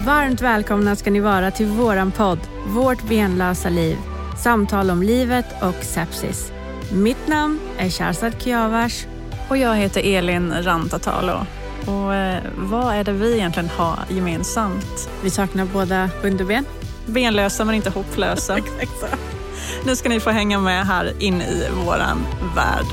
Varmt välkomna ska ni vara till våran podd, Vårt benlösa liv. Samtal om livet och sepsis. Mitt namn är Shahrzad Kiavars. Och jag heter Elin Rantatalo. Och vad är det vi egentligen har gemensamt? Vi saknar båda underben. Benlösa men inte hopplösa. Exakt så. Nu ska ni få hänga med här in i våran värld.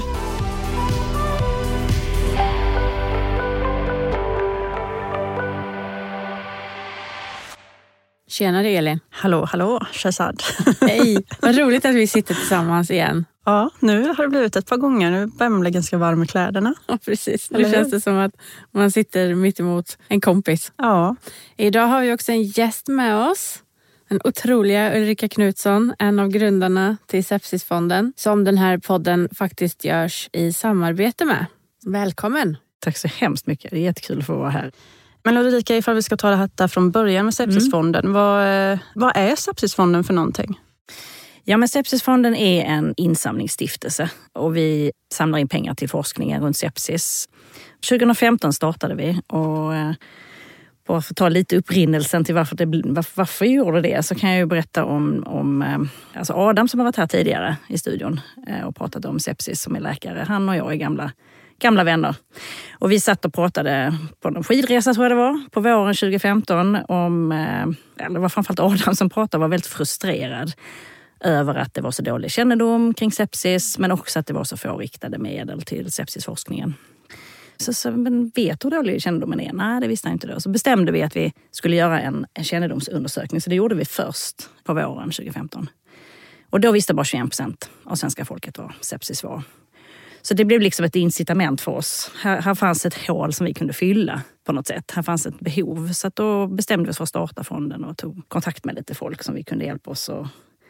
Tjenare Elin. Hallå, Shahrzad. Hej, vad roligt att vi sitter tillsammans igen. Ja, nu har det blivit ett par gånger. Nu börjar man bli ganska varm i kläderna. Ja, precis. Nu känns det som att man sitter mitt emot en kompis. Ja. Idag har vi också en gäst med oss. Den otroliga Ulrika Knutsson, en av grundarna till Sepsisfonden, som den här podden faktiskt görs i samarbete med. Välkommen! Tack så hemskt mycket, det är jättekul att få vara här. Men Ulrika, ifall vi ska ta det här där från början med Sepsisfonden. Vad är Sepsisfonden för någonting? Ja, men Sepsisfonden är en insamlingsstiftelse och vi samlar in pengar till forskningen runt sepsis. 2015 startade vi och bara för att ta lite upprinnelsen till varför vi gjorde det, så kan jag ju berätta om alltså Adam som har varit här tidigare i studion och pratat om sepsis, som är läkare. Han och jag är gamla vänner. Och vi satt och pratade på en skidresa, tror jag det var, på våren 2015 om, eller det var framförallt Adam som pratade, var väldigt frustrerad över att det var så dålig kännedom kring sepsis, men också att det var så få riktade medel till sepsisforskningen. Men vet du hur dålig kännedomen är? Nej, det visste jag inte då. Så bestämde vi att vi skulle göra en kännedomsundersökning. Så det gjorde vi först på våren 2015. Och då visste bara 21% av svenska folket vad sepsis var. Så det blev liksom ett incitament för oss. Här fanns ett hål som vi kunde fylla på något sätt. Här fanns ett behov. Så att då bestämde vi oss för att starta fonden och tog kontakt med lite folk som vi kunde hjälpa oss och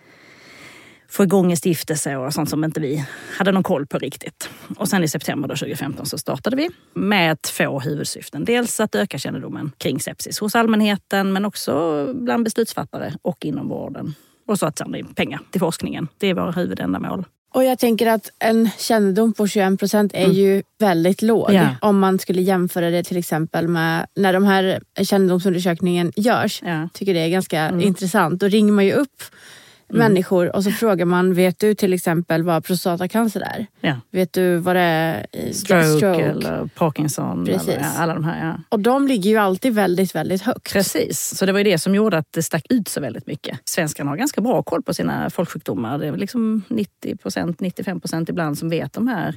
få igång en stiftelse och sånt som inte vi hade någon koll på riktigt. Och sen i september 2015 så startade vi med 2 huvudsyften. Dels att öka kännedomen kring sepsis hos allmänheten, men också bland beslutsfattare och inom vården. Och så att samla in pengar till forskningen. Det är våra huvudändamål. Och jag tänker att en kännedom på 21% är ju väldigt låg. Ja. Om man skulle jämföra det till exempel med när de här kännedomsundersökningen görs. Ja. Tycker det är ganska intressant. Då ringer man ju upp människor och så frågar man, vet du till exempel vad prostatacancer är? Ja. Vet du vad det är? Stroke eller Parkinson. Precis. Eller, alla de här, ja. Och de ligger ju alltid väldigt, väldigt högt. Precis, så det var ju det som gjorde att det stack ut så väldigt mycket. Svenskarna har ganska bra koll på sina folksjukdomar. Det är liksom 90%, 95% ibland som vet de här.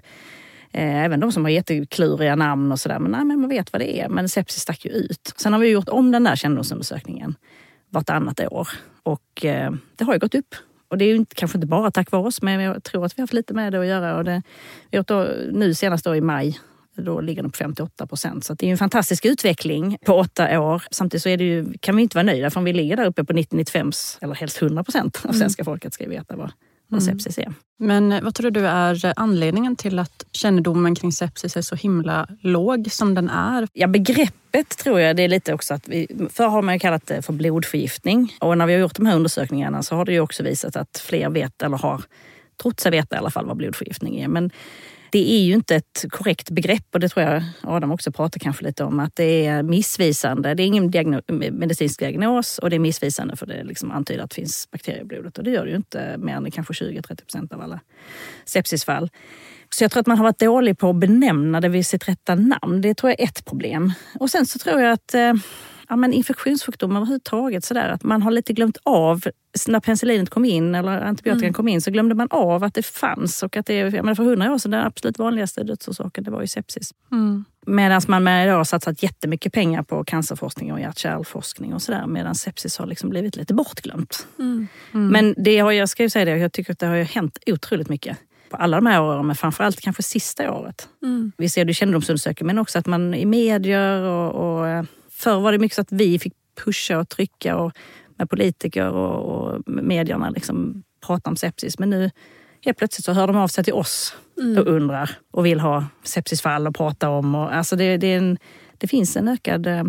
Även de som har jättekluriga namn och sådär. Men nej, men man vet vad det är. Men sepsis stack ju ut. Sen har vi gjort om den där kännedomsundersökningen vartannat år. Och det har ju gått upp. Och det är ju kanske inte bara tack vare oss, men jag tror att vi har haft lite med det att göra. Och vi har gjort då, nu senast då i maj, då ligger den på 58%. Så det är ju en fantastisk utveckling på 8 år. Samtidigt så är det ju, kan vi inte vara nöjda, för om vi ligger där uppe på 90-95 eller helst 100% av svenska folket ska veta vad sepsis är. Men vad tror du är anledningen till att kännedomen kring sepsis är så himla låg som den är? Ja, begreppet tror jag det är lite också att förr har man ju kallat det för blodförgiftning. Och när vi har gjort de här undersökningarna så har det ju också visat att fler vet eller har trott sig veta i alla fall vad blodförgiftning är. Men det är ju inte ett korrekt begrepp, och det tror jag Adam också pratar kanske lite om, att det är missvisande. Det är ingen medicinsk diagnos och det är missvisande för det liksom antyder att det finns bakterier i blodet, och det gör det ju inte mer än kanske 20-30% av alla sepsisfall. Så jag tror att man har varit dålig på att benämna det vid sitt rätta namn. Det tror jag är ett problem. Och sen så tror jag att infektionssjukdomar överhuvudtaget sådär, att man har lite glömt av, när penicillinet kom in eller antibiotikan kom in, så glömde man av att det fanns, och att det, för 100 år sedan den absolut vanligaste dödsorsaken, det var ju sepsis. Medan man med idag har satsat jättemycket pengar på cancerforskning och hjärt-kärlforskning och sådär, medan sepsis har liksom blivit lite bortglömt. Men jag ska ju säga det, jag tycker att det har ju hänt otroligt mycket på alla de här åren, men framförallt kanske sista året. Vi ser det i kännedomsundersökningar, men också att man i medier och förr var det mycket så att vi fick pusha och trycka och med politiker och medierna liksom prata om sepsis. Men nu helt plötsligt så hör de av sig till oss och undrar och vill ha sepsisfall att prata om. Och, alltså det finns en ökad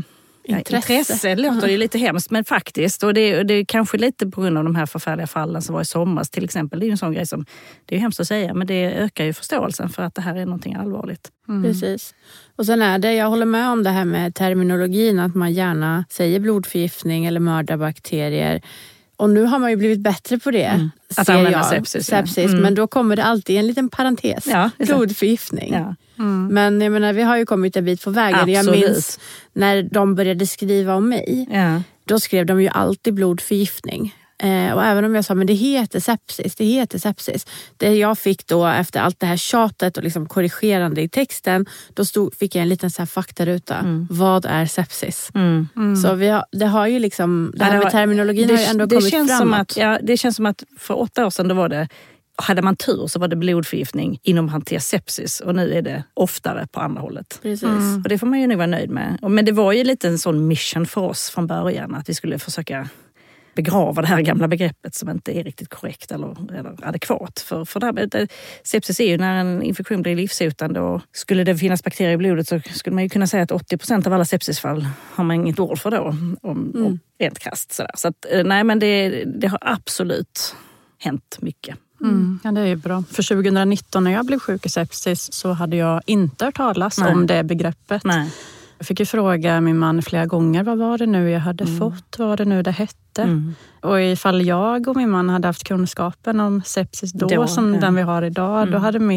Intresse låter ju lite hemskt, men faktiskt. Och det är kanske lite på grund av de här förfärliga fallen som var i somras till exempel. Det är ju en sån grej som, det är ju hemskt att säga, men det ökar ju förståelsen för att det här är någonting allvarligt. Precis. Och sen jag håller med om det här med terminologin, att man gärna säger blodförgiftning eller mördarbakterier. Och nu har man ju blivit bättre på det. Att använda sepsis. Men då kommer det alltid en liten parentes. Ja, blodförgiftning. Ja. Men jag menar, vi har ju kommit en bit på vägen. Absolut. Jag minns när de började skriva om mig. Ja. Då skrev de ju alltid blodförgiftning. Och även om jag sa, men det heter sepsis. Det jag fick då efter allt det här tjatet och liksom korrigerande i texten, då fick jag en liten så här faktaruta. Vad är sepsis? Så det har ju liksom, det här med terminologin har ju ändå kommit framåt. Det känns som att för 8 år sedan då var det, hade man tur så var det blodförgiftning inom parentes sepsis, och nu är det oftare på andra hållet. Precis. Och det får man ju nog vara nöjd med. Men det var ju lite en sån mission för oss från början, att vi skulle försöka begrava det här gamla begreppet som inte är riktigt korrekt eller adekvat. För det sepsis är ju när en infektion blir livshotande, och skulle det finnas bakterier i blodet så skulle man ju kunna säga att 80% av alla sepsisfall har man inget ord för då, om rent krasst. Så att, nej, men det har absolut hänt mycket. Ja, det är ju bra. För 2019 när jag blev sjuk i sepsis så hade jag inte hört talas om det begreppet. Nej. Jag fick ju fråga min man flera gånger, vad var det nu jag hade fått, vad var det nu det hette. Och ifall jag och min man hade haft kunskapen om sepsis då som den vi har idag, då hade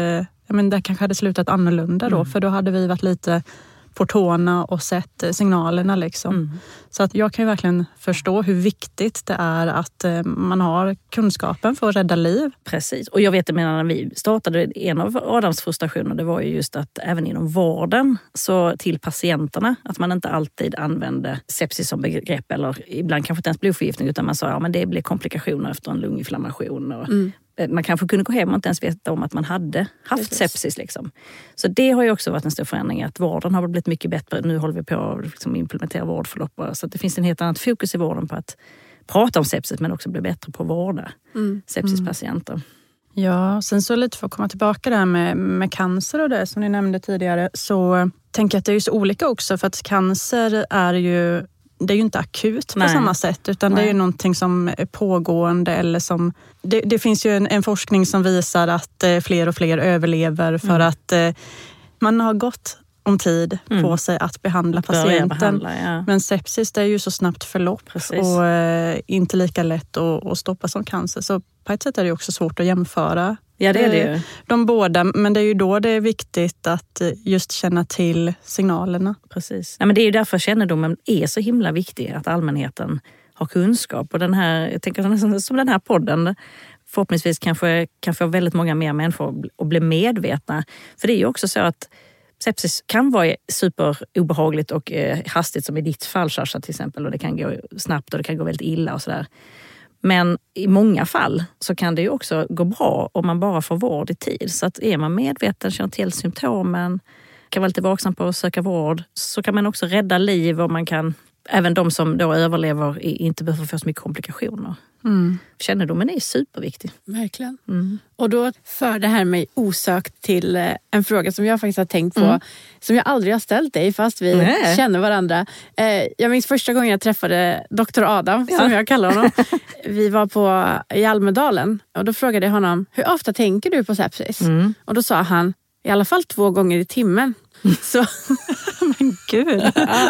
det kanske hade slutat annorlunda då, för då hade vi varit lite på tårna och sett signalerna liksom. Så att jag kan ju verkligen förstå hur viktigt det är att man har kunskapen för att rädda liv. Precis. Och jag vet, när vi startade, en av Adams frustrationer, det var ju just att även inom vården, så till patienterna, att man inte alltid använde sepsis som begrepp, eller ibland kanske inte ens blodförgiftning, utan man sa men det blir komplikationer efter en lunginflammation och man kanske kunde gå hem och inte ens veta om att man hade haft sepsis. Liksom. Så det har ju också varit en stor förändring, att vården har blivit mycket bättre. Nu håller vi på att liksom implementera vårdförlopp. Så att det finns en helt annat fokus i vården på att prata om sepsis, men också bli bättre på att vårda sepsispatienter. Ja, sen så lite för att komma tillbaka där med cancer och det som ni nämnde tidigare, så tänker jag att det är ju så olika också, för att cancer är ju... Det är ju inte akut på samma sätt, utan det är ju någonting som är pågående, eller som... Det finns ju en forskning som visar att fler och fler överlever för att man har gått om tid på sig att behandla patienten. Men sepsis, det är ju så snabbt förlopp. Precis. Och inte lika lätt att stoppa som cancer. Så på ett sätt är det också svårt att jämföra. Ja, det är det ju. De båda, men det är ju då det är viktigt att just känna till signalerna. Precis. Ja, men det är ju därför kännedomen är så himla viktig, att allmänheten har kunskap. Och den här, jag tänker som den här podden förhoppningsvis kanske kan få väldigt många mer människor att bli medvetna. För det är ju också så att sepsis kan vara superobehagligt och hastigt, som i ditt fall, Sasha, till exempel. Och det kan gå snabbt och det kan gå väldigt illa och sådär. Men i många fall så kan det ju också gå bra om man bara får vård i tid. Så att är man medveten, känner till symptomen, kan vara lite vaksam på att söka vård, så kan man också rädda liv, och man kan, även de som då överlever, inte behöver få så mycket komplikationer. Kännedomen är superviktig. Verkligen. Och då för det här mig osökt till en fråga som jag faktiskt har tänkt på, som jag aldrig har ställt dig fast vi känner varandra. Jag minns första gången jag träffade Dr. Adam, som jag kallar honom. Vi var i Almedalen, och då frågade jag honom, hur ofta tänker du på sepsis? Och då sa han, i alla fall 2 gånger i timmen. Så... Men gud.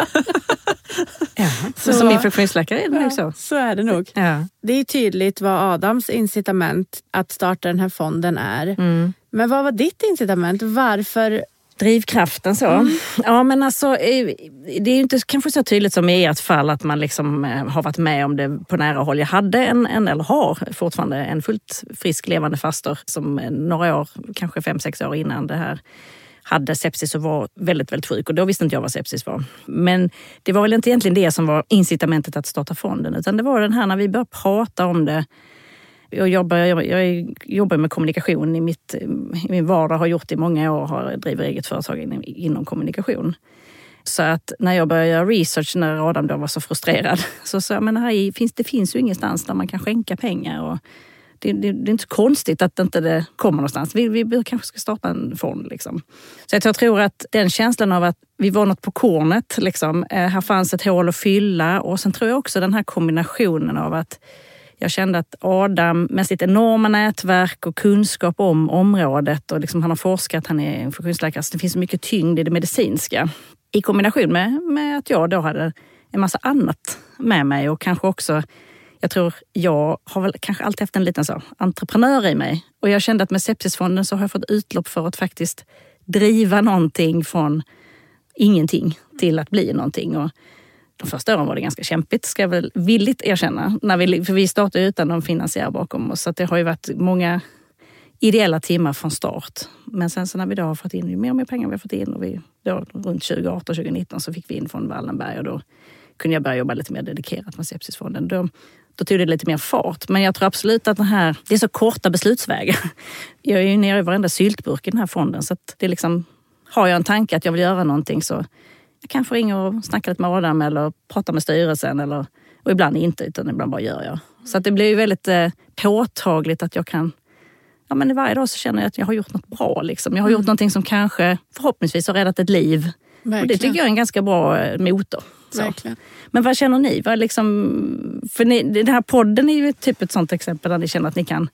Så som infektionsläkare är det nog så. Så är det nog. Ja. Det är tydligt vad Adams incitament att starta den här fonden är. Men vad var ditt incitament? Varför... Drivkraften så. Ja, men alltså det är ju inte kanske så tydligt som i ert fall att man liksom har varit med om det på nära håll. Jag hade eller har fortfarande en fullt frisk levande faster som några år, kanske 5-6 år innan det här, hade sepsis och var väldigt, väldigt sjuk. Och då visste inte jag vad sepsis var. Men det var väl inte egentligen det som var incitamentet att starta fonden, utan det var den här när vi började prata om det. Jag jobbar med kommunikation i min vardag, har gjort det i många år, driver eget företag inom kommunikation. Så att när jag började göra research, när Adam då var så frustrerad, så sa jag, men det finns ju ingenstans där man kan skänka pengar, och Det är inte så konstigt att inte det kommer någonstans. Vi kanske ska starta en fond. Liksom. Så jag tror att den känslan av att vi var något på kornet, liksom, här fanns ett hål att fylla. Och sen tror jag också den här kombinationen av att jag kände att Adam med sitt enorma nätverk och kunskap om området och liksom han har forskat, han är en funktionsläkare, så det finns så mycket tyngd i det medicinska. I kombination med att jag då hade en massa annat med mig och kanske också, jag tror jag har väl kanske alltid haft en liten så entreprenör i mig. Och jag kände att med Sepsisfonden så har jag fått utlopp för att faktiskt driva någonting från ingenting till att bli någonting. Och de första åren var det ganska kämpigt, ska jag väl villigt erkänna. För vi startade utan någon finansiär bakom oss. Så att det har ju varit många ideella timmar från start. Men sen så när vi då har fått in, ju mer och mer pengar vi har fått in, och vi då runt 2018-2019 så fick vi in från Wallenberg och då kunde jag börja jobba lite mer dedikerat med Sepsisfonden. Då tog det lite mer fart. Men jag tror absolut att det är så korta beslutsvägar. Jag är ju nere i varenda syltburk i den här fonden, så att det är liksom, har jag en tanke att jag vill göra någonting så jag kanske ringer och snackar lite med Adam eller pratar med styrelsen och ibland inte, utan ibland bara gör jag. Så att det blir ju väldigt påtagligt att jag kan, ja men varje dag så känner jag att jag har gjort något bra liksom. Jag har gjort någonting som kanske förhoppningsvis har räddat ett liv. Verkligen. Och det tycker jag är en ganska bra motor. Verkligen. Men vad känner ni? För den här podden är ju typ ett sånt exempel där ni känner att ni kan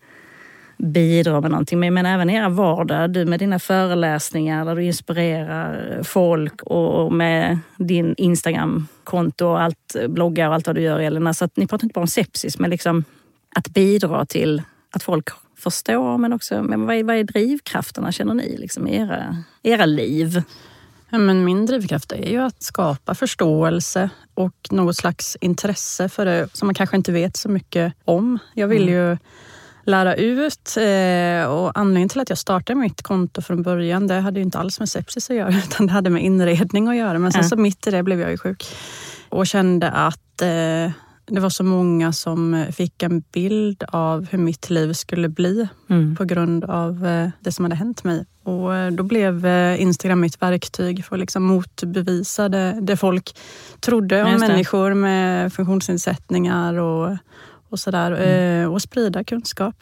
bidra med någonting. Men även era vardag, du med dina föreläsningar där du inspirerar folk och med din Instagram-konto och allt, bloggar och allt vad du gör, Elina. Så att ni pratar inte bara om sepsis, men liksom att bidra till att folk förstår, men också, men vad är drivkrafterna känner ni liksom i era liv? Ja, men min drivkraft är ju att skapa förståelse och något slags intresse för det som man kanske inte vet så mycket om. Jag vill ju lära ut och anledningen till att jag startade mitt konto från början, det hade ju inte alls med sepsis att göra utan det hade med inredning att göra. Men sen så mitt i det blev jag ju sjuk och kände att det var så många som fick en bild av hur mitt liv skulle bli på grund av det som hade hänt mig. Och då blev Instagram mitt verktyg för att liksom motbevisa det folk trodde om människor med funktionsnedsättningar och sådär. Och sprida kunskap.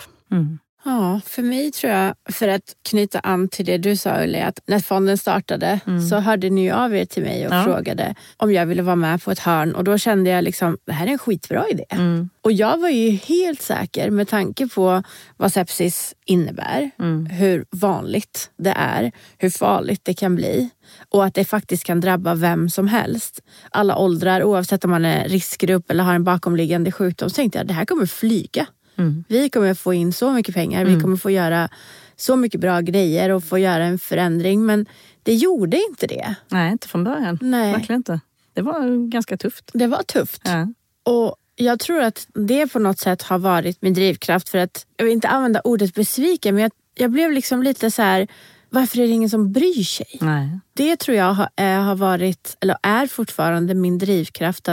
Ja, för mig tror jag, för att knyta an till det du sa Ulla, att när fonden startade så hörde ni av er till mig och frågade om jag ville vara med på ett hörn. Och då kände jag liksom, det här är en skitbra idé. Och jag var ju helt säker med tanke på vad sepsis innebär, hur vanligt det är, hur farligt det kan bli. Och att det faktiskt kan drabba vem som helst. Alla åldrar, oavsett om man är riskgrupp eller har en bakomliggande sjukdom. Så tänkte jag, det här kommer flyga. Vi kommer få in så mycket pengar. Vi kommer få göra så mycket bra grejer och få göra en förändring. Men det gjorde inte det. Nej, inte från början. Nej. Verkligen inte. Det var ganska tufft. Det var tufft. Ja. Och jag tror att det på något sätt har varit min drivkraft. För att, jag vill inte använda ordet besviken, men jag blev liksom lite så här, varför är det ingen som bryr sig? Nej. Det tror jag har varit, eller är fortfarande min drivkraft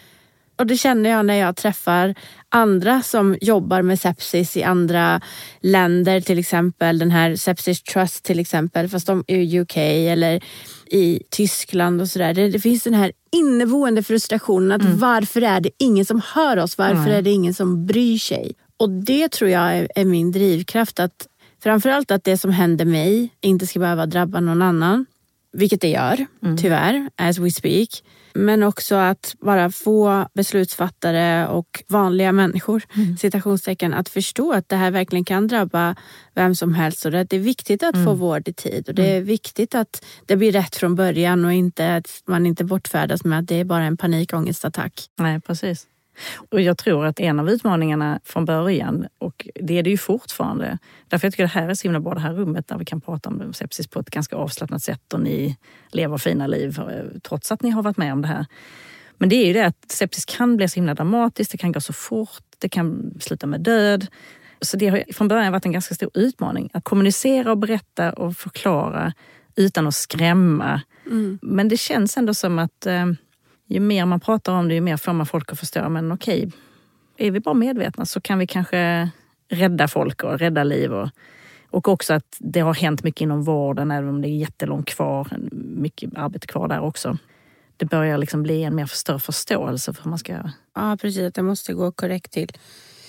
och det känner jag när jag träffar andra som jobbar med sepsis i andra länder, till exempel den här Sepsis Trust till exempel, fast de är i UK eller i Tyskland och sådär. Det finns den här inneboende frustrationen att varför är det ingen som hör oss? Varför är det ingen som bryr sig? Och det tror jag är min drivkraft, att framförallt att det som händer mig inte ska behöva drabba någon annan, vilket det gör, tyvärr, as we speak. Men också att bara få beslutsfattare och vanliga människor, citationstecken, att förstå att det här verkligen kan drabba vem som helst. Och det är viktigt att få vård i tid. Och det är viktigt att det blir rätt från början och inte att man inte bortfärdas med att det är bara en panikångestattack. Nej, precis. Och jag tror att en av utmaningarna från början, och det är det ju fortfarande, därför jag tycker det här är så himla bra, det här rummet där vi kan prata om sepsis på ett ganska avslappnat sätt och ni lever fina liv trots att ni har varit med om det här. Men det är ju det att sepsis kan bli så himla dramatiskt, det kan gå så fort, det kan sluta med död. Så det har från början varit en ganska stor utmaning att kommunicera och berätta och förklara utan att skrämma. Men det känns ändå som att ju mer man pratar om det, ju mer får man folk att förstå. Men okej, är vi bara medvetna så kan vi kanske rädda folk och rädda liv. Och också att det har hänt mycket inom vården, även om det är jättelångt kvar. Mycket arbete kvar där också. Det börjar liksom bli en mer större förståelse för hur man ska göra. Ja, precis. Att det måste gå korrekt till.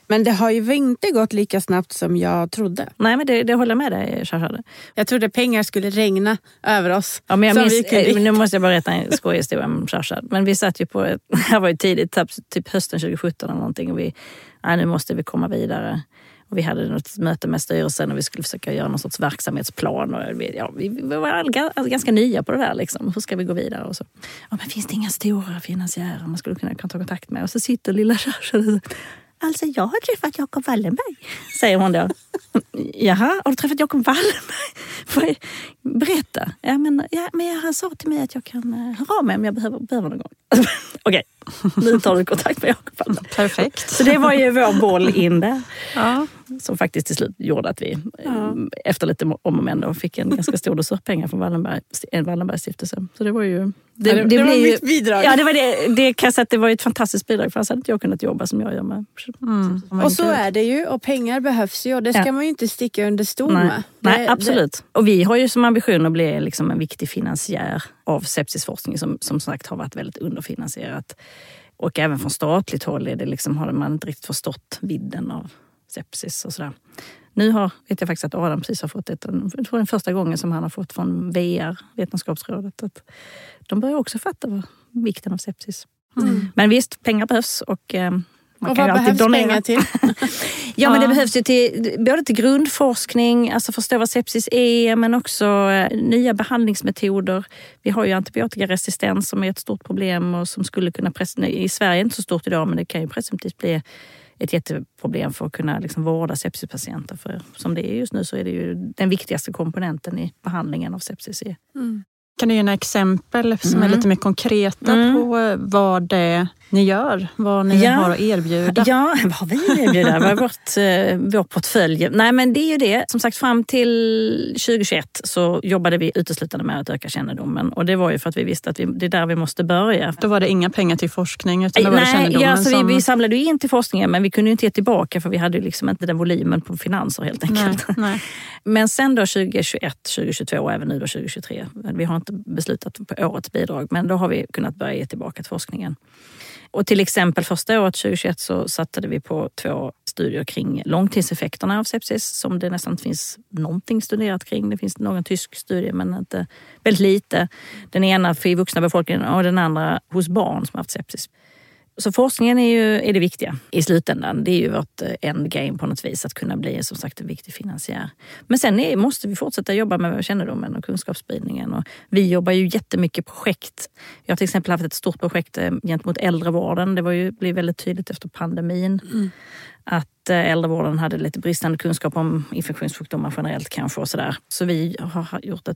Men det har ju inte gått lika snabbt som jag trodde. Nej, men det håller jag med dig, Shahrzad. Jag trodde pengar skulle regna över oss. Ja, men nu måste jag berätta en skojhistoria om Shahrzad. Men vi satt ju på här var ju tidigt, typ hösten 2017 eller någonting. Och nu måste vi komma vidare. Och vi hade något möte med styrelsen och vi skulle försöka göra någon sorts verksamhetsplan. Och vi var ganska nya på det där. Liksom. Hur ska vi gå vidare? Och så. Ja, men finns det inga stora finansiärer man skulle kunna ta kontakt med? Och så sitter lilla Shahrzad. Alltså, jag har träffat Jacob Wallenberg, säger hon då. Jaha, har du träffat Jacob Wallenberg? Berätta. Men han sa till mig att jag kan höra av mig om jag behöver någon gång. Okej, nu tar du kontakt med Jacob Wallenberg. Perfekt. Så det var ju vår boll in där. Ja. Som faktiskt till slut gjorde att vi efter lite om och men då fick en ganska stor dos pengar från Wallenberg-stiftelsen. Så det var ju... Det var mitt bidrag. Ja, det var det kan jag säga att det var ett fantastiskt bidrag, för annars hade inte jag kunnat jobba som jag gör med. Och så är det ju, och pengar behövs ju, och det ska man ju inte sticka under stol med. Nej, absolut. Och vi har ju som ambition att bli liksom en viktig finansiär av sepsisforskning som sagt har varit väldigt underfinansierat. Och även från statligt håll är det liksom, har man inte riktigt förstått vidden av sepsis och sådär. Nu vet jag faktiskt att Adam precis har fått den första gången som han har fått från VR, Vetenskapsrådet, att de börjar också fatta vikten av sepsis. Men visst, pengar behövs och man kan ju alltid donera. Pengar till? Ja, men det behövs ju både till grundforskning, alltså förstå vad sepsis är, men också nya behandlingsmetoder. Vi har ju antibiotikaresistens som är ett stort problem och som skulle kunna i Sverige är inte så stort idag, men det kan ju presumtivt bli ett jätteproblem för att kunna liksom vårda sepsispatienter. För som det är just nu så är det ju den viktigaste komponenten i behandlingen av sepsis. Kan du ge några exempel som är lite mer konkreta på vad det ni gör? Vad ni har att erbjuda? Ja, vad har vi att erbjuda? Vad är vår portfölj? Nej, men det är ju det. Som sagt, fram till 2021 så jobbade vi uteslutande med att öka kännedomen. Och det var ju för att vi visste att det är där vi måste börja. Då var det inga pengar till forskning utan det var kännedomen. Ja, så vi samlade ju in till forskningen, men vi kunde ju inte ge tillbaka för vi hade ju liksom inte den volymen på finanser helt enkelt. Nej. Men sen då 2021, 2022 och även nu då 2023. Vi har inte beslutat på årets bidrag, men då har vi kunnat börja ge tillbaka till forskningen. Och till exempel första året 2021 så satte vi på 2 studier kring långtidseffekterna av sepsis som det nästan inte finns någonting studerat kring. Det finns någon tysk studie men inte väldigt lite. Den ena för vuxna befolkningen och den andra hos barn som har haft sepsis. Så forskningen är det viktiga i slutändan. Det är ju vårt endgame på något vis att kunna bli som sagt en viktig finansiär. Men sen måste vi fortsätta jobba med kännedomen och kunskapsspridningen. Och vi jobbar ju jättemycket projekt. Jag har till exempel haft ett stort projekt gentemot äldrevården. Det blev väldigt tydligt efter pandemin. Att äldrevården hade lite bristande kunskap om infektionssjukdomar generellt kanske och sådär. Så vi har gjort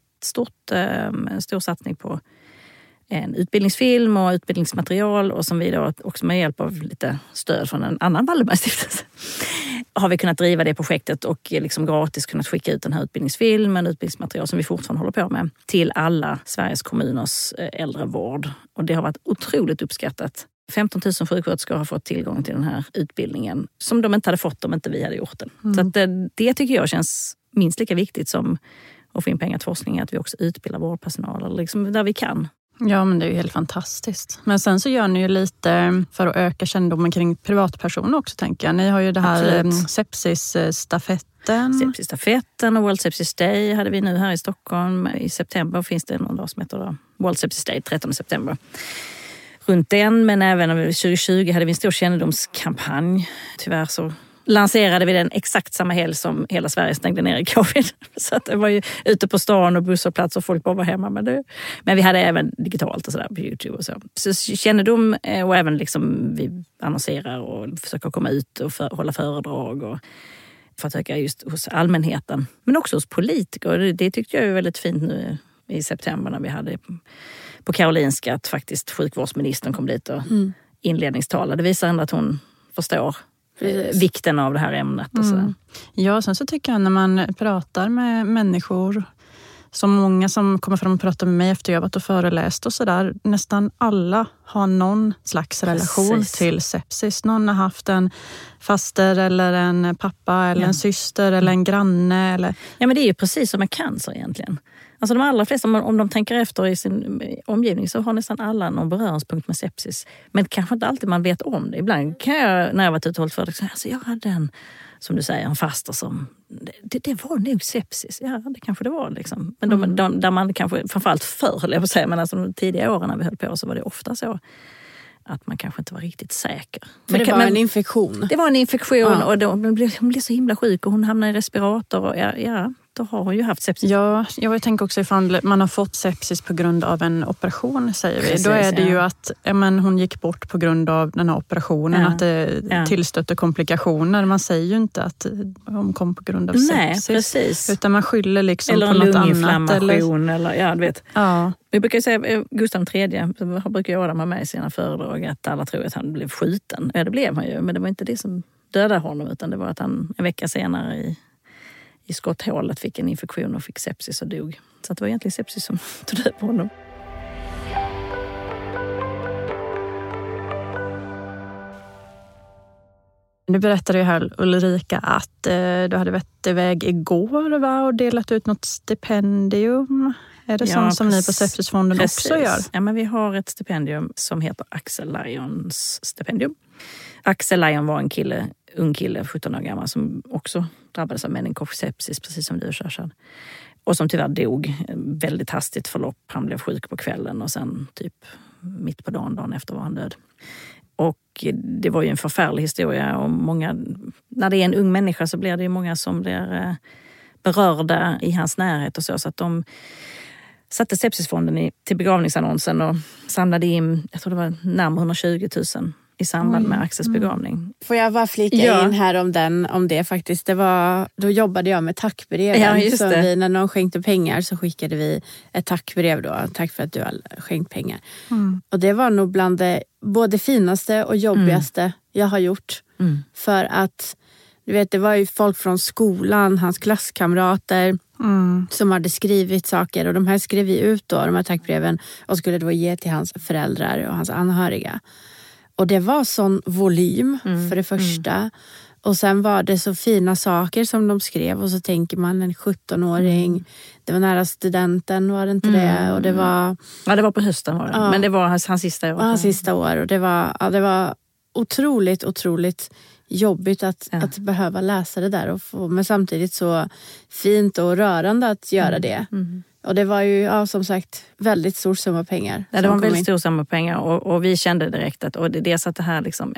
en stor satsning på en utbildningsfilm och utbildningsmaterial och som vi då också med hjälp av lite stöd från en annan Wallenberg-stiftelse har vi kunnat driva det projektet och liksom gratis kunnat skicka ut den här utbildningsfilmen och utbildningsmaterial som vi fortfarande håller på med till alla Sveriges kommuners äldrevård. Och det har varit otroligt uppskattat. 15 000 sjuksköterskor har fått tillgång till den här utbildningen som de inte hade fått om inte vi hade gjort den. Så att det tycker jag känns minst lika viktigt som att få in pengar till forskning, att vi också utbildar vårdpersonal liksom där vi kan. Ja, men det är ju helt fantastiskt. Men sen så gör ni ju lite för att öka kännedomen kring privatpersoner också, tänker jag. Ni har ju det här sepsisstafetten. Sepsisstafetten och World Sepsis Day hade vi nu här i Stockholm. I september finns det någon dag som heter World Sepsis Day, 13 september. Runt den, men även 2020 hade vi en stor kännedomskampanj. Tyvärr så lanserade vi den exakt samma helg som hela Sverige stängde ner i covid. Så att det var ju ute på stan och busshållplats och folk bara var hemma med det. Men vi hade även digitalt och sådär på YouTube och så. Så kännedom och även liksom vi annonserar och försöker komma ut och hålla föredrag och för att öka just hos allmänheten. Men också hos politiker. Det tyckte jag är väldigt fint nu i september när vi hade på Karolinska att faktiskt sjukvårdsministern kom dit och inledningstalade. Det visar ändå att hon förstår vikten av det här ämnet. Och så. Ja, sen så tycker jag när man pratar med människor, som många som kommer fram och pratar med mig efter jobbat och föreläst och sådär, nästan alla har någon slags relation till sepsis. Någon har haft en faster eller en pappa eller en syster eller en granne. Eller... Ja, men det är ju precis som med cancer egentligen. Alltså de allra flesta, om de tänker efter i sin omgivning, så har nästan alla någon beröringspunkt med sepsis. Men kanske inte alltid man vet om det. Ibland kan jag, när jag varit ute och hållit för det, alltså jag hade en, som du säger, en faster som, det var nog sepsis. Ja, det kanske det var liksom. Men där man kanske, framförallt förr, höll jag på att säga, men alltså de tidiga åren när vi höll på så var det ofta så att man kanske inte var riktigt säker. För det var en infektion. Det var en infektion och hon blev så himla sjuk och hon hamnade i respirator och då har hon ju haft sepsis. Ja, jag tänker också ifall man har fått sepsis på grund av en operation, säger vi. Precis, då är det ju att hon gick bort på grund av den här operationen, att det tillstötte komplikationer. Man säger ju inte att hon kom på grund av sepsis. Nej, precis. Utan man skyller liksom eller på något annat. Eller ja, du vet. Ja. Vi brukar säga, Gustav III brukar göra med i sina föredrag att alla tror att han blev skjuten. Ja, det blev han ju, men det var inte det som dödade honom, utan det var att han en vecka senare i skotthålet fick en infektion och fick sepsis och dog. Så det var egentligen sepsis som tog död på honom. Du berättade ju här, Ulrika, att du hade varit iväg igår och delat ut något stipendium. Är det sånt som ni på Sepsisfonden också gör? Ja, men vi har ett stipendium som heter Axel Lyons stipendium. Axel Lyon var en ung kille, 17 år gammal, som också drabbades av meningokoccepsis, precis som du, Shahrzad. Och som tyvärr dog. Väldigt hastigt förlopp. Han blev sjuk på kvällen och sen typ mitt på dagen efter var han död. Och det var ju en förfärlig historia. Och många, när det är en ung människa så blir det ju många som blir berörda i hans närhet och så att de satte Sepsisfonden till begravningsannonsen och samlade in, jag tror det var närmare 120 000 i samband med Axels begravning. Får jag bara flika in här om det faktiskt. Då jobbade jag med tackbrev. Ja, just så det. när någon skänkte pengar så skickade vi ett tackbrev då. Tack för att du har skänkt pengar. Och det var nog bland det både finaste och jobbigaste jag har gjort. För att du vet, det var ju folk från skolan, hans klasskamrater som hade skrivit saker. Och de här skrev vi ut då, de här tackbreven, och skulle då ge till hans föräldrar och hans anhöriga. Och det var sån volym för det första. Och sen var det så fina saker som de skrev. Och så tänker man en 17-åring. Det var nära studenten, var det inte det? Och det var... Ja, det var på hösten var det. Ja. Men det var hans sista år. Hans sista år. Och det var otroligt jobbigt att behöva läsa det där. Men samtidigt så fint och rörande att göra det. Och det var ju, som sagt, väldigt stor summa pengar. Ja, det var en väldigt stor summa pengar och vi kände direkt att, och det att det här liksom,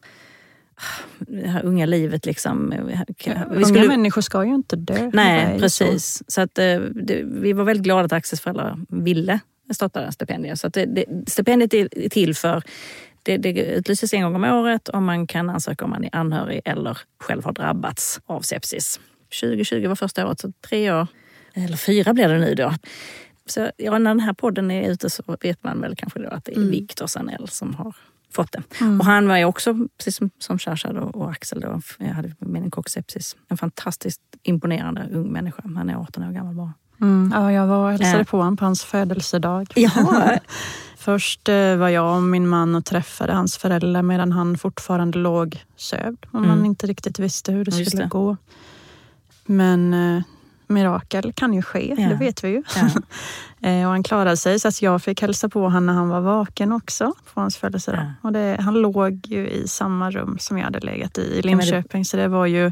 det här unga livet liksom. Unga människor ska ju inte dö. Nej, precis. Så att vi var väldigt glada att Axels föräldrar ville starta stipendiet. Så att stipendiet är till för, det utlyses en gång om året och man kan ansöka om man är anhörig eller själv har drabbats av sepsis. 2020 var första året, så 3 år. Eller 4 blir det nu då. Så när den här podden är ute så vet man väl kanske då att det är Viktor Sanell som har fått det. Och han var ju också, precis som Shahrzad och Axel då, jag hade meningokoccepsis. En fantastiskt imponerande ung människa. Han är 18 år gammal bara. Ja, jag var och hälsade på honom på hans födelsedag. Ja. Först var jag och min man och träffade hans föräldrar medan han fortfarande låg sövd. Och man inte riktigt visste hur det skulle gå. Men... mirakel kan ju ske, det vet vi ju. Och han klarade sig så att jag fick hälsa på honom när han var vaken också på hans födelsedag. Och han låg ju i samma rum som jag hade legat i Linköping, så det var ju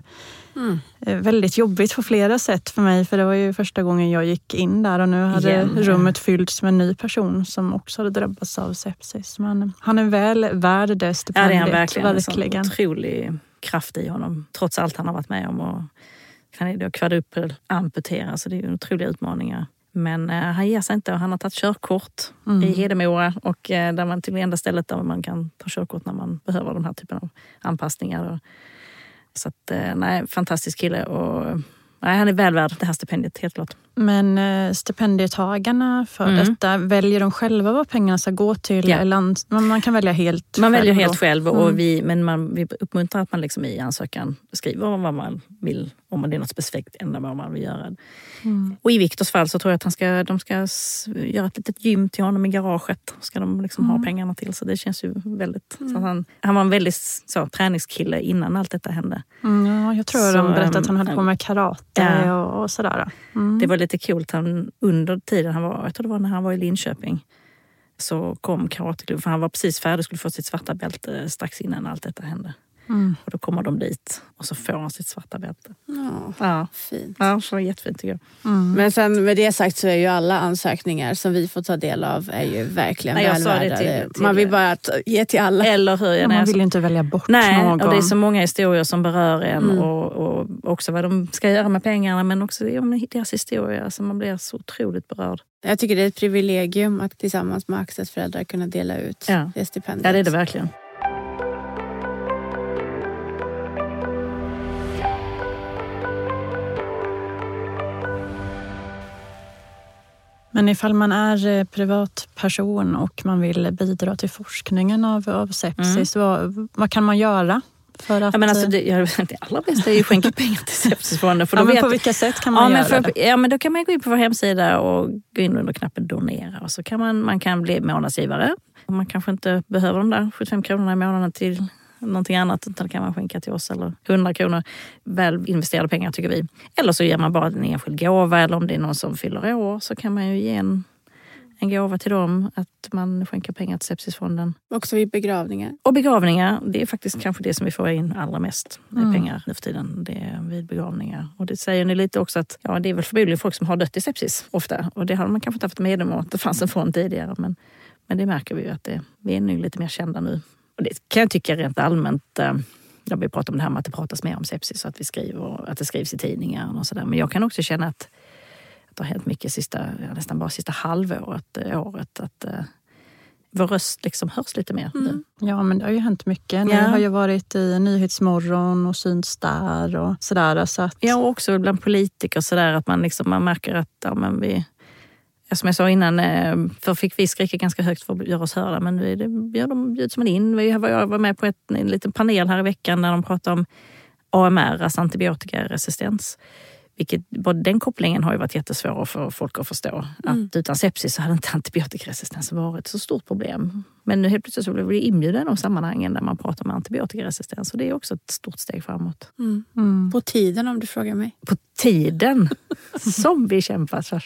väldigt jobbigt på flera sätt för mig, för det var ju första gången jag gick in där och nu hade rummet fyllts med en ny person som också hade drabbats av sepsis. Men han är väl värd det stipendiet. Ja, det är han verkligen. En otrolig kraft i honom, trots allt han har varit med om och kvadrupel amputera, så det är ju otroliga utmaningar. Men han ger sig inte och han har tagit körkort i Hedemora och där man till det enda stället där man kan ta körkort när man behöver de här typen av anpassningar. Så att, fantastisk kille och han är väl värd det här stipendiet, helt klart. Men stipendietagarna för detta, väljer de själva vad pengarna ska gå till? Ja. Eller man kan välja helt man själv. Väljer helt själv och vi uppmuntrar att man liksom i ansökan skriver vad man vill, om det är något specifikt ändamål man vill göra. Och i Viktors fall så tror jag att de ska göra ett litet gym till honom i garaget. Ska de liksom ha pengarna till, så det känns ju väldigt... Så han var en väldigt träningskille innan allt detta hände. Ja, jag tror de berättade att han hade på med karate och sådär. Det var lite coolt. Under tiden jag tror det var när han var i Linköping, så kom karateklubben, för han var precis färdig, skulle få sitt svarta bälte strax innan allt detta hände. Och då kommer de dit och så får han sitt svarta bälte. Ja, fint. Ja, det var jättefint tycker jag. Men sen med det sagt så är ju alla ansökningar som vi får ta del av är ju verkligen välvärda. Man vill bara ge till alla. Eller hur? Man vill ju inte välja bort någon. Och det är så många historier som berör en och också vad de ska göra med pengarna, men också deras historia. Alltså man blir så otroligt berörd. Jag tycker det är ett privilegium att tillsammans med Axels föräldrar kunna dela ut det stipendiet. Ja, det är det verkligen. Men ifall man är privatperson och man vill bidra till forskningen av sepsis, vad kan man göra? För att, men alltså det allra bästa är ju att skänka pengar till Sepsisfonden. För men på vilka sätt kan man göra det? Men då kan man gå in på vår hemsida och gå in under knappen donera. Och så kan man kan bli månadsgivare. Och man kanske inte behöver de där 75 kronorna i månaden till någonting annat, utan kan man skänka till oss, eller 100 kronor, väl investerade pengar tycker vi. Eller så ger man bara en enskild gåva, eller om det är någon som fyller år så kan man ju ge en gåva till dem, att man skänker pengar till Sepsisfonden. Också vid begravningar. Och begravningar, det är faktiskt kanske det som vi får in allra mest pengar nu för tiden, det är vid begravningar. Och det säger ni lite också att det är väl förmodligen folk som har dött i sepsis ofta, och det har man kanske inte haft med om att det fanns en fond tidigare, men det märker vi ju att vi är nu lite mer kända nu. Och det kan jag tycka rent allmänt, jag vill prata om det här med att det pratas mer om sepsis och att vi skriver, att det skrivs i tidningar och sådär. Men jag kan också känna att det har hänt mycket nästan bara sista halvåret, att vår röst liksom hörs lite mer nu. Ja, men det har ju hänt mycket. Ni har ju varit i Nyhetsmorgon och synts där och sådär. Så att... Ja, och också bland politiker sådär, att man märker att som jag sa innan, för fick vi skrika ganska högt för att göra oss hörda, men nu de bjuds man in. Jag var med på en liten panel här i veckan där de pratade om AMR, alltså antibiotikaresistens. Både den kopplingen har ju varit jättesvår för folk att förstå. Att utan sepsis så hade inte antibiotikaresistens varit ett så stort problem. Men nu helt plötsligt så blev vi inbjudna i de sammanhangen där man pratar om antibiotikaresistens. Och det är också ett stort steg framåt. På tiden, om du frågar mig. På tiden som vi kämpar för.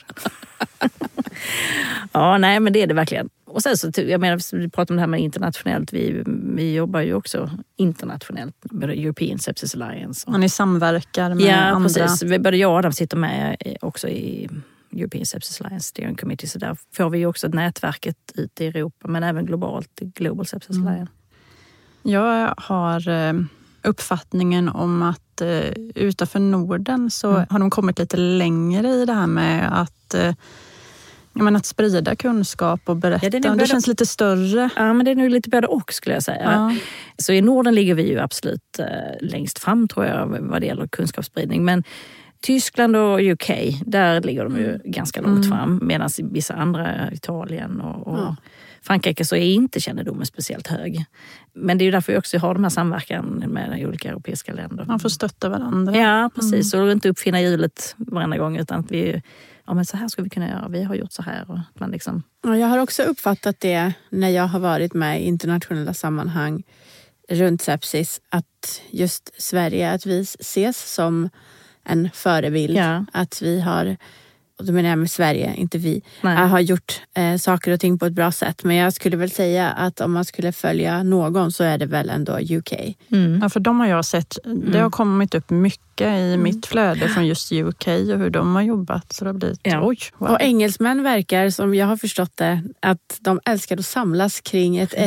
Ja, nej, men det är det verkligen. Och sen så, jag menar, vi pratar om det här med internationellt. Vi jobbar ju också internationellt med European Sepsis Alliance. Och ni samverkar med andra? Ja, precis. Både jag och Adam sitter med också i European Sepsis Alliance Steering Committee. Så där får vi ju också nätverket ute i Europa, men även globalt, Global Sepsis Alliance. Jag har uppfattningen om att utanför Norden så har de kommit lite längre i det här med att sprida kunskap och berätta. Ja, det känns lite större. Ja, men det är nog lite både och skulle jag säga. Ja. Så i Norden ligger vi ju absolut längst fram tror jag vad det gäller kunskapsspridning. Men Tyskland och UK, där ligger de ju ganska långt fram. Medan i vissa andra, Italien och Frankrike, så är inte kännedomen speciellt hög. Men det är ju därför vi också har de här samverkan med olika europeiska länder. Man får stötta varandra. Ja, precis. Och inte uppfinna hjulet varenda gång, utan att vi... Ja, men så här ska vi kunna göra. Vi har gjort så här. Och man liksom... Ja, jag har också uppfattat det när jag har varit med i internationella sammanhang runt sepsis. Att just Sverige, att vi ses som en förebild. Ja. Att vi har, och då menar jag med Sverige, inte vi, har gjort saker och ting på ett bra sätt. Men jag skulle väl säga att om man skulle följa någon så är det väl ändå UK. Ja, för de har jag sett, det har kommit upp mycket i mitt flöde från just UK och hur de har jobbat. Så det har blivit, wow. Och engelsmän verkar, som jag har förstått det, att de älskar att samlas kring ett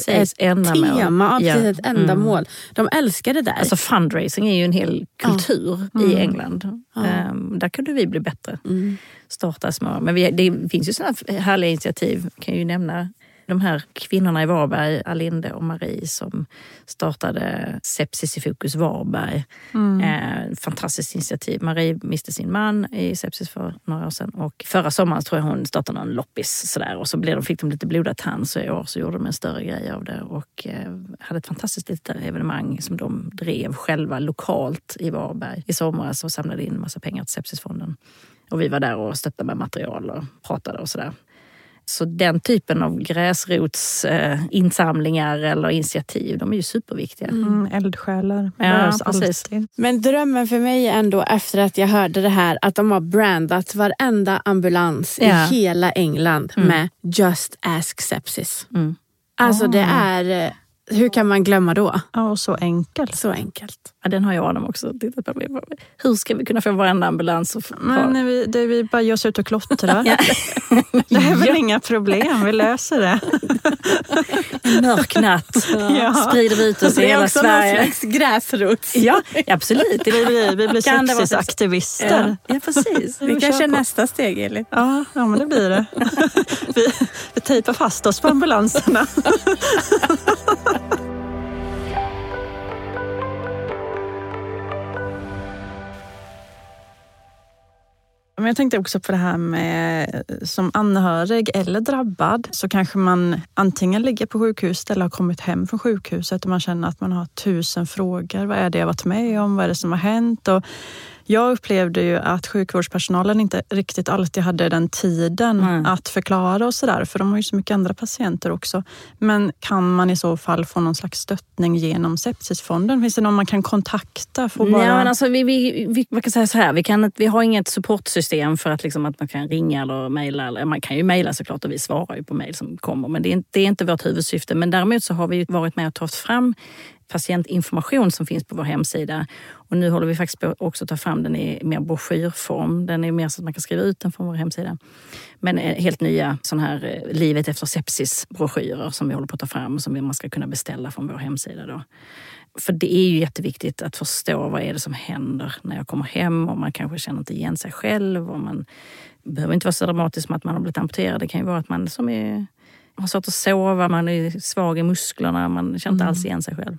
tema, ett ändamål. De älskar det där. Alltså fundraising är ju en hel kultur i England. Där kunde vi bli bättre. Starta små. Men det finns ju sådana härliga initiativ, kan jag ju nämna. De här kvinnorna i Varberg, Alinde och Marie, som startade Sepsis i fokus Varberg. Fantastiskt initiativ. Marie miste sin man i sepsis för några år sedan. Och förra sommaren tror jag hon startade någon loppis. Sådär. Och så fick de lite blodad tand, så i år så gjorde de en större grej av det. Och hade ett fantastiskt litet evenemang som de drev själva lokalt i Varberg i somras och samlade in en massa pengar till Sepsisfonden. Och vi var där och stöttade med material och pratade och sådär. Så den typen av gräsrotsinsamlingar eller initiativ, de är ju superviktiga. Eldsjälar. Ja, precis. Alltid. Men drömmen för mig är ändå efter att jag hörde det här att de har brandat varenda ambulans i hela England med Just Ask Sepsis. Alltså det är... Hur kan man glömma då? Ja, och så enkelt. Så enkelt. Ja, den har jag Adam också tittat på. Hur ska vi kunna få varenda ambulans? Men vi bara ger oss ut och klottrar. Det är väl inga problem, vi löser det. En mörk natt. Sprider vi ut oss i hela Sverige. Det är också någon slags gräsrots. Ja, absolut. Vi blir sepsisaktivister. Ja, precis. Det kanske är nästa steg, Elin. Ja, men det blir det. Vi tejpar fast oss på ambulanserna. Men jag tänkte också på det här med som anhörig eller drabbad så kanske man antingen ligger på sjukhuset eller har kommit hem från sjukhuset och man känner att man har 1000 frågor. Vad är det jag varit med om? Vad är det som har hänt? Och jag upplevde ju att sjukvårdspersonalen inte riktigt alltid hade den tiden att förklara och sådär. För de har ju så mycket andra patienter också. Men kan man i så fall få någon slags stöttning genom Sepsisfonden? Finns det någon man kan kontakta? Nej, men alltså vi kan säga så här. Vi har inget supportsystem för att, liksom, att man kan ringa eller mejla. Man kan ju mejla såklart och vi svarar ju på mejl som kommer. Men det är inte vårt huvudsyfte. Men däremot så har vi varit med och tagit fram patientinformation som finns på vår hemsida. Och nu håller vi faktiskt på också att ta fram den i mer broschyrform. Den är mer så att man kan skriva ut den från vår hemsida. Men helt nya sån här livet efter sepsis-broschyrer som vi håller på att ta fram och som man ska kunna beställa från vår hemsida då. För det är ju jätteviktigt att förstå vad är det som händer när jag kommer hem och man kanske känner inte igen sig själv och man behöver inte vara så dramatiskt som att man har blivit amputerad. Det kan ju vara att man har svårt att sova, man är svag i musklerna, man känner inte alls igen sig själv.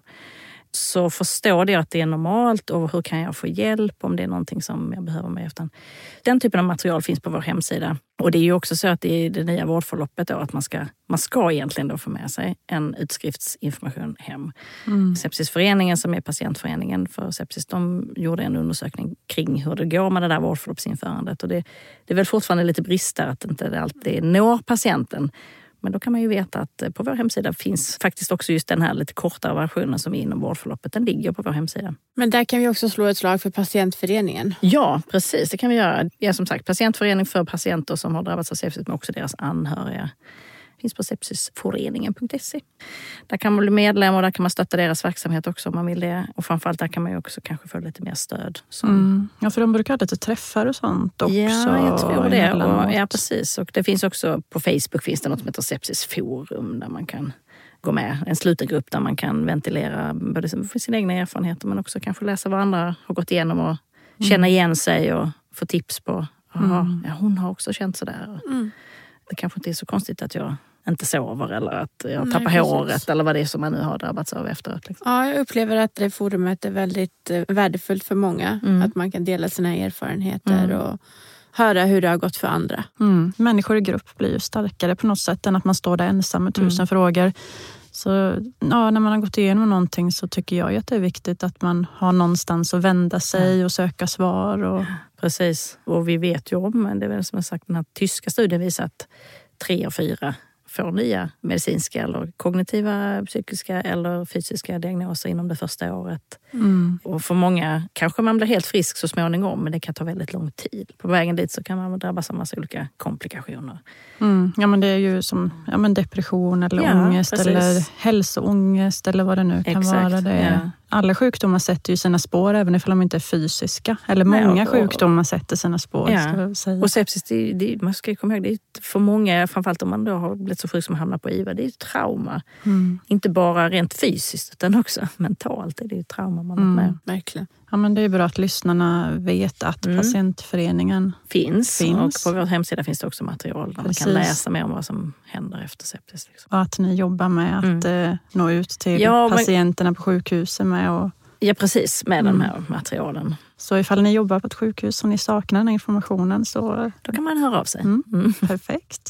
Så förstå det att det är normalt och hur kan jag få hjälp om det är någonting som jag behöver med efter. Den typen av material finns på vår hemsida. Och det är ju också så att det är det nya vårdförloppet då, att man ska egentligen då få med sig en utskriftinformation hem. Sepsisföreningen som är patientföreningen för sepsis, de gjorde en undersökning kring hur det går med det där vårdförloppsinförandet. Och det är väl fortfarande lite brister att inte alltid når patienten. Men då kan man ju veta att på vår hemsida finns faktiskt också just den här lite kortare versionen som är inom vårdförloppet. Den ligger på vår hemsida. Men där kan vi också slå ett slag för patientföreningen. Ja, precis. Det kan vi göra. Ja, som sagt, patientförening för patienter som har drabbats av sepsis men också deras anhöriga. Finns på sepsisforeningen.se. Där kan man bli medlem och där kan man stötta deras verksamhet också om man vill det. Och framförallt där kan man ju också kanske få lite mer stöd. Ja, för de brukar ha lite träffar och sånt också. Ja, jag tror det. Och, ja, precis. Och det finns också på Facebook finns det något som heter Sepsisforum där man kan gå med. En sluten grupp där man kan ventilera både sina egna erfarenheter men också kanske läsa vad andra har gått igenom och känna igen sig och få tips på. Ja, hon har också känt sådär. Det kanske inte är så konstigt att jag inte sover eller att jag tappar håret eller vad det är som man nu har drabbats av efteråt. Liksom. Ja, jag upplever att det forumet är väldigt värdefullt för många. Att man kan dela sina erfarenheter och höra hur det har gått för andra. Människor i grupp blir ju starkare på något sätt än att man står där ensam med 1000 frågor. Så ja, när man har gått igenom någonting så tycker jag att det är viktigt att man har någonstans att vända sig och söka svar. Och... Precis, och vi vet ju om, men det är väl som jag sagt, den här tyska studien visar att 3 av 4 får nya medicinska eller kognitiva, psykiska eller fysiska diagnoser inom det första året. Och för många kanske man blir helt frisk så småningom, men det kan ta väldigt lång tid. På vägen dit så kan man drabbas av massa olika komplikationer. Ja, men det är ju som depression eller ångest eller hälsoångest eller vad det nu kan vara. Det är. Alla sjukdomar sätter ju sina spår även ifall de inte är fysiska. Eller många sjukdomar sätter sina spår. Ska jag säga. Och sepsis, man ska komma ihåg, det är för många, framförallt om man då har blivit så sjuk som man hamnar på IVA, det är ett trauma. Inte bara rent fysiskt utan också mentalt är det ju trauma man har med. Verkligen. Ja, men det är bra att lyssnarna vet att patientföreningen finns. Och på vår hemsida finns det också material där man kan läsa mer om vad som händer efter sepsis. Liksom. Och att ni jobbar med att nå ut till patienterna på sjukhusen med och... Ja, precis. Med de här materialen. Så ifall ni jobbar på ett sjukhus och ni saknar den här informationen så... Då kan man höra av sig. Perfekt.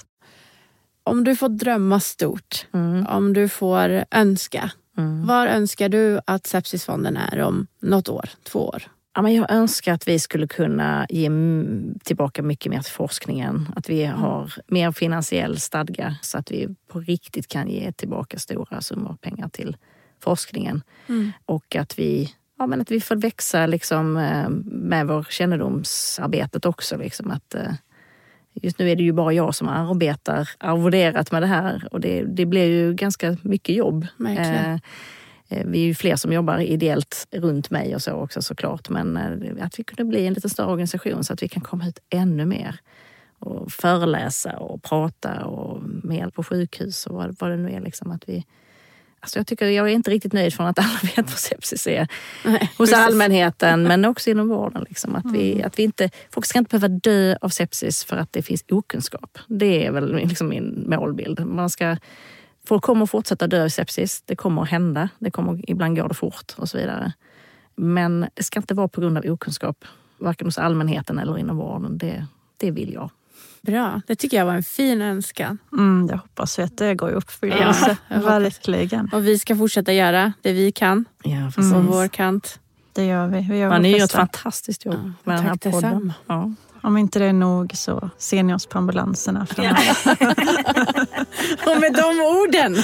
Om du får drömma stort, om du får önska, var önskar du att Sepsisfonden är om något år, 2 år? Ja, men jag önskar att vi skulle kunna ge tillbaka mycket mer till forskningen. Att vi har mer finansiell stadga så att vi på riktigt kan ge tillbaka stora summor pengar till forskningen. Och att vi får växa liksom, med vår kännedomsarbetet också. Liksom, att, just nu är det ju bara jag som arbetar arvoderat med det här. Och det blir ju ganska mycket jobb. Vi är ju fler som jobbar ideellt runt mig och så också såklart. Men att vi kunde bli en lite större organisation så att vi kan komma ut ännu mer. Och föreläsa och prata och med på sjukhus och vad det nu är. Liksom, att vi, alltså jag är inte riktigt nöjd från att alla vet vad sepsis är. Nej, hos allmänheten men också inom vården. Liksom, att vi inte, folk ska inte behöva dö av sepsis för att det finns okunskap. Det är väl liksom min målbild. Folk kommer fortsätta dö av sepsis. Det kommer att hända. Ibland går det fort och så vidare. Men det ska inte vara på grund av okunskap. Varken hos allmänheten eller inom vården. Det vill jag. Bra. Det tycker jag var en fin önskan. Jag hoppas att det går i uppfyllelse. Ja, verkligen. Och vi ska fortsätta göra det vi kan. Ja, på vår kant. Det gör vi. Man gör ett fantastiskt jobb med den här podden. Ja. Om inte det är nog så ser ni oss på ambulanserna. Ja. Och med de orden.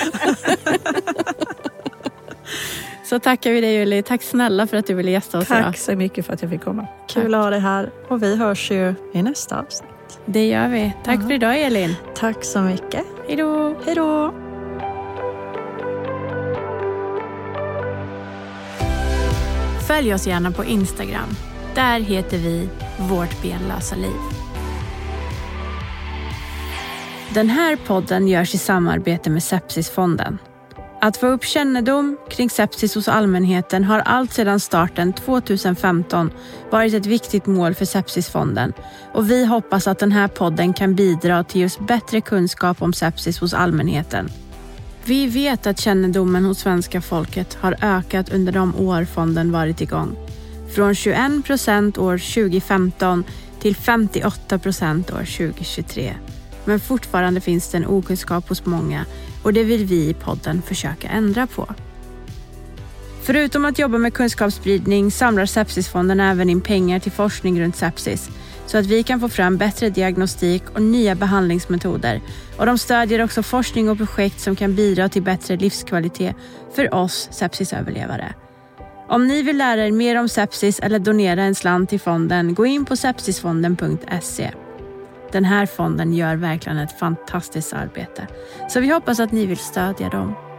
Så tackar vi dig, Julie. Tack snälla för att du ville gästa oss idag. Tack så mycket för att jag fick komma. Kul att ha dig här. Och vi hörs ju i nästa avsnitt. Det gör vi. Tack för idag, Elin. Tack så mycket. Hej då. Hej då. Följ oss gärna på Instagram. Där heter vi Vårt benlösa liv. Den här podden görs i samarbete med Sepsisfonden. Att få upp kännedom kring sepsis hos allmänheten har allt sedan starten 2015 varit ett viktigt mål för Sepsisfonden. Och vi hoppas att den här podden kan bidra till just bättre kunskap om sepsis hos allmänheten. Vi vet att kännedomen hos svenska folket har ökat under de år fonden varit igång. Från 21% år 2015 till 58% år 2023. Men fortfarande finns det en okunskap hos många och det vill vi i podden försöka ändra på. Förutom att jobba med kunskapsspridning samlar Sepsisfonden även in pengar till forskning runt sepsis så att vi kan få fram bättre diagnostik och nya behandlingsmetoder. Och de stödjer också forskning och projekt som kan bidra till bättre livskvalitet för oss sepsisöverlevare. Om ni vill lära er mer om sepsis eller donera en slant till fonden, gå in på sepsisfonden.se. Den här fonden gör verkligen ett fantastiskt arbete. Så vi hoppas att ni vill stödja dem.